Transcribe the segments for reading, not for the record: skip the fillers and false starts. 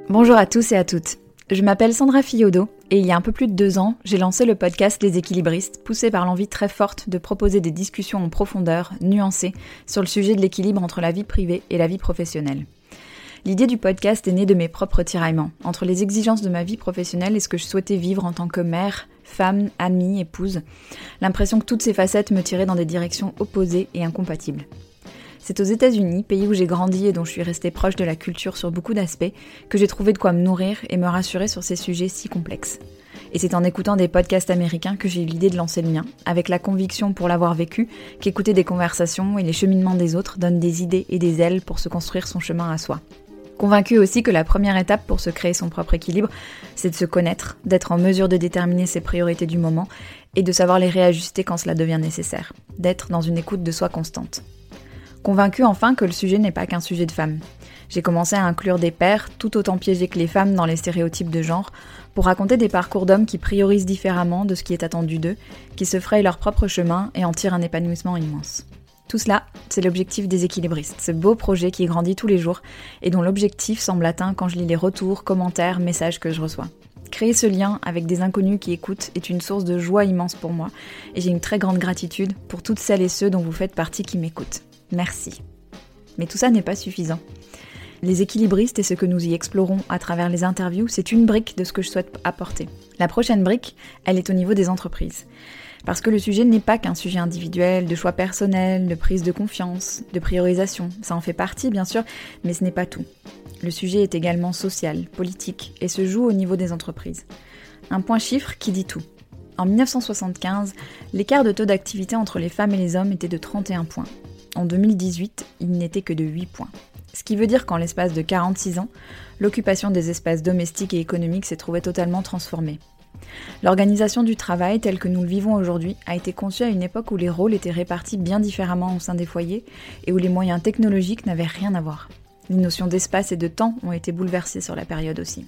Bonjour à tous et à toutes. Je m'appelle Sandra Fiodo et il y a un peu plus de 2 ans, j'ai lancé le podcast Les Équilibristes, poussé par l'envie très forte de proposer des discussions en profondeur, nuancées, sur le sujet de l'équilibre entre la vie privée et la vie professionnelle. L'idée du podcast est née de mes propres tiraillements, entre les exigences de ma vie professionnelle et ce que je souhaitais vivre en tant que mère, femme, amie, épouse. L'impression que toutes ces facettes me tiraient dans des directions opposées et incompatibles. C'est aux États-Unis, pays où j'ai grandi et dont je suis restée proche de la culture sur beaucoup d'aspects, que j'ai trouvé de quoi me nourrir et me rassurer sur ces sujets si complexes. Et c'est en écoutant des podcasts américains que j'ai eu l'idée de lancer le mien, avec la conviction pour l'avoir vécu qu'écouter des conversations et les cheminements des autres donnent des idées et des ailes pour se construire son chemin à soi. Convaincue aussi que la première étape pour se créer son propre équilibre, c'est de se connaître, d'être en mesure de déterminer ses priorités du moment et de savoir les réajuster quand cela devient nécessaire, d'être dans une écoute de soi constante. Convaincue enfin que le sujet n'est pas qu'un sujet de femmes. J'ai commencé à inclure des pères, tout autant piégés que les femmes dans les stéréotypes de genre, pour raconter des parcours d'hommes qui priorisent différemment de ce qui est attendu d'eux, qui se frayent leur propre chemin et en tirent un épanouissement immense. Tout cela, c'est l'objectif des Équilibristes, ce beau projet qui grandit tous les jours et dont l'objectif semble atteint quand je lis les retours, commentaires, messages que je reçois. Créer ce lien avec des inconnus qui écoutent est une source de joie immense pour moi et j'ai une très grande gratitude pour toutes celles et ceux dont vous faites partie qui m'écoutent. Merci. Mais tout ça n'est pas suffisant. Les équilibristes et ce que nous y explorons à travers les interviews, c'est une brique de ce que je souhaite apporter. La prochaine brique, elle est au niveau des entreprises. Parce que le sujet n'est pas qu'un sujet individuel, de choix personnel, de prise de confiance, de priorisation. Ça en fait partie, bien sûr, mais ce n'est pas tout. Le sujet est également social, politique, et se joue au niveau des entreprises. Un point chiffre qui dit tout. En 1975, l'écart de taux d'activité entre les femmes et les hommes était de 31 points. En 2018, il n'était que de 8 points. Ce qui veut dire qu'en l'espace de 46 ans, l'occupation des espaces domestiques et économiques s'est trouvée totalement transformée. L'organisation du travail, telle que nous le vivons aujourd'hui, a été conçue à une époque où les rôles étaient répartis bien différemment au sein des foyers et où les moyens technologiques n'avaient rien à voir. Les notions d'espace et de temps ont été bouleversées sur la période aussi.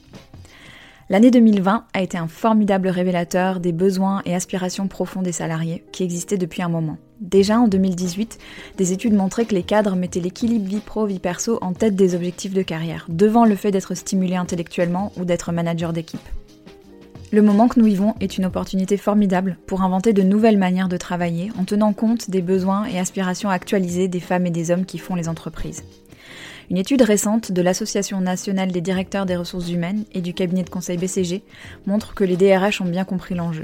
L'année 2020 a été un formidable révélateur des besoins et aspirations profonds des salariés qui existaient depuis un moment. Déjà en 2018, des études montraient que les cadres mettaient l'équilibre vie pro-vie perso en tête des objectifs de carrière, devant le fait d'être stimulé intellectuellement ou d'être manager d'équipe. Le moment que nous vivons est une opportunité formidable pour inventer de nouvelles manières de travailler en tenant compte des besoins et aspirations actualisées des femmes et des hommes qui font les entreprises. Une étude récente de l'Association nationale des directeurs des ressources humaines et du cabinet de conseil BCG montre que les DRH ont bien compris l'enjeu.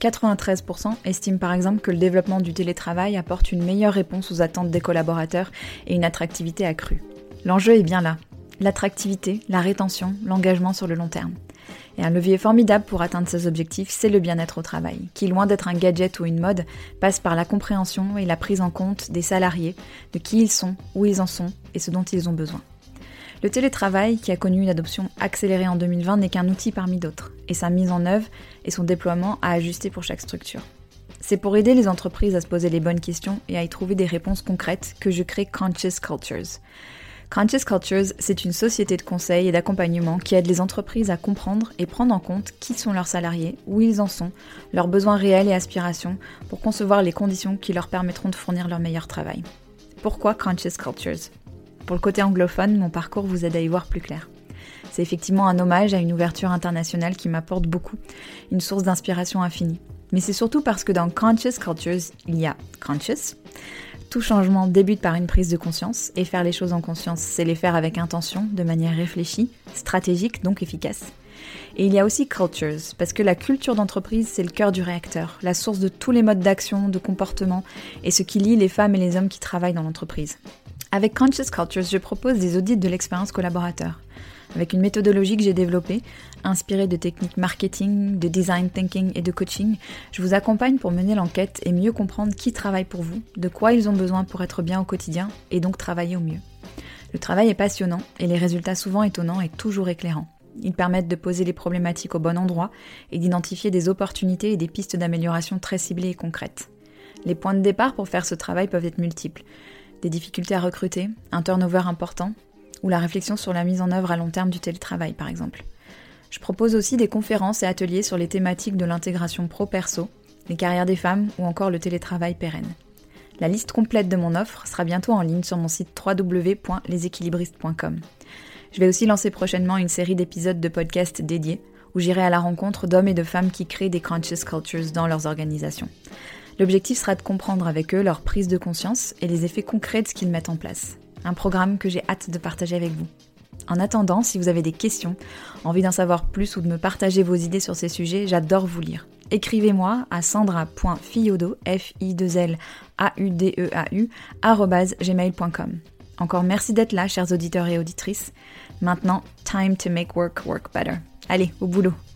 93% estiment par exemple que le développement du télétravail apporte une meilleure réponse aux attentes des collaborateurs et une attractivité accrue. L'enjeu est bien là. L'attractivité, la rétention, l'engagement sur le long terme. Et un levier formidable pour atteindre ces objectifs, c'est le bien-être au travail, qui, loin d'être un gadget ou une mode, passe par la compréhension et la prise en compte des salariés, de qui ils sont, où ils en sont et ce dont ils ont besoin. Le télétravail, qui a connu une adoption accélérée en 2020, n'est qu'un outil parmi d'autres, et sa mise en œuvre et son déploiement à ajuster pour chaque structure. C'est pour aider les entreprises à se poser les bonnes questions et à y trouver des réponses concrètes que je crée Conscious Cultures. Conscious Cultures, c'est une société de conseil et d'accompagnement qui aide les entreprises à comprendre et prendre en compte qui sont leurs salariés, où ils en sont, leurs besoins réels et aspirations, pour concevoir les conditions qui leur permettront de fournir leur meilleur travail. Pourquoi Conscious Cultures ? Pour le côté anglophone, mon parcours vous aide à y voir plus clair. C'est effectivement un hommage à une ouverture internationale qui m'apporte beaucoup, une source d'inspiration infinie. Mais c'est surtout parce que dans Conscious Cultures, il y a Conscious. Tout changement débute par une prise de conscience, et faire les choses en conscience, c'est les faire avec intention, de manière réfléchie, stratégique, donc efficace. Et il y a aussi Cultures, parce que la culture d'entreprise, c'est le cœur du réacteur, la source de tous les modes d'action, de comportement, et ce qui lie les femmes et les hommes qui travaillent dans l'entreprise. Avec Conscious Cultures, je propose des audits de l'expérience collaborateur, avec une méthodologie que j'ai développée, inspirée de techniques marketing, de design thinking et de coaching. Je vous accompagne pour mener l'enquête et mieux comprendre qui travaille pour vous, de quoi ils ont besoin pour être bien au quotidien et donc travailler au mieux. Le travail est passionnant et les résultats souvent étonnants et toujours éclairants. Ils permettent de poser les problématiques au bon endroit et d'identifier des opportunités et des pistes d'amélioration très ciblées et concrètes. Les points de départ pour faire ce travail peuvent être multiples. Des difficultés à recruter, un turnover important, ou la réflexion sur la mise en œuvre à long terme du télétravail par exemple. Je propose aussi des conférences et ateliers sur les thématiques de l'intégration pro-perso, les carrières des femmes ou encore le télétravail pérenne. La liste complète de mon offre sera bientôt en ligne sur mon site www.leséquilibristes.com. Je vais aussi lancer prochainement une série d'épisodes de podcasts dédiés, où j'irai à la rencontre d'hommes et de femmes qui créent des conscious cultures dans leurs organisations. L'objectif sera de comprendre avec eux leur prise de conscience et les effets concrets de ce qu'ils mettent en place. Un programme que j'ai hâte de partager avec vous. En attendant, si vous avez des questions, envie d'en savoir plus ou de me partager vos idées sur ces sujets, j'adore vous lire. Écrivez-moi à sandra.fiodo, FIDEAU@gmail.com. Encore merci d'être là, chers auditeurs et auditrices. Maintenant, time to make work better. Allez, au boulot!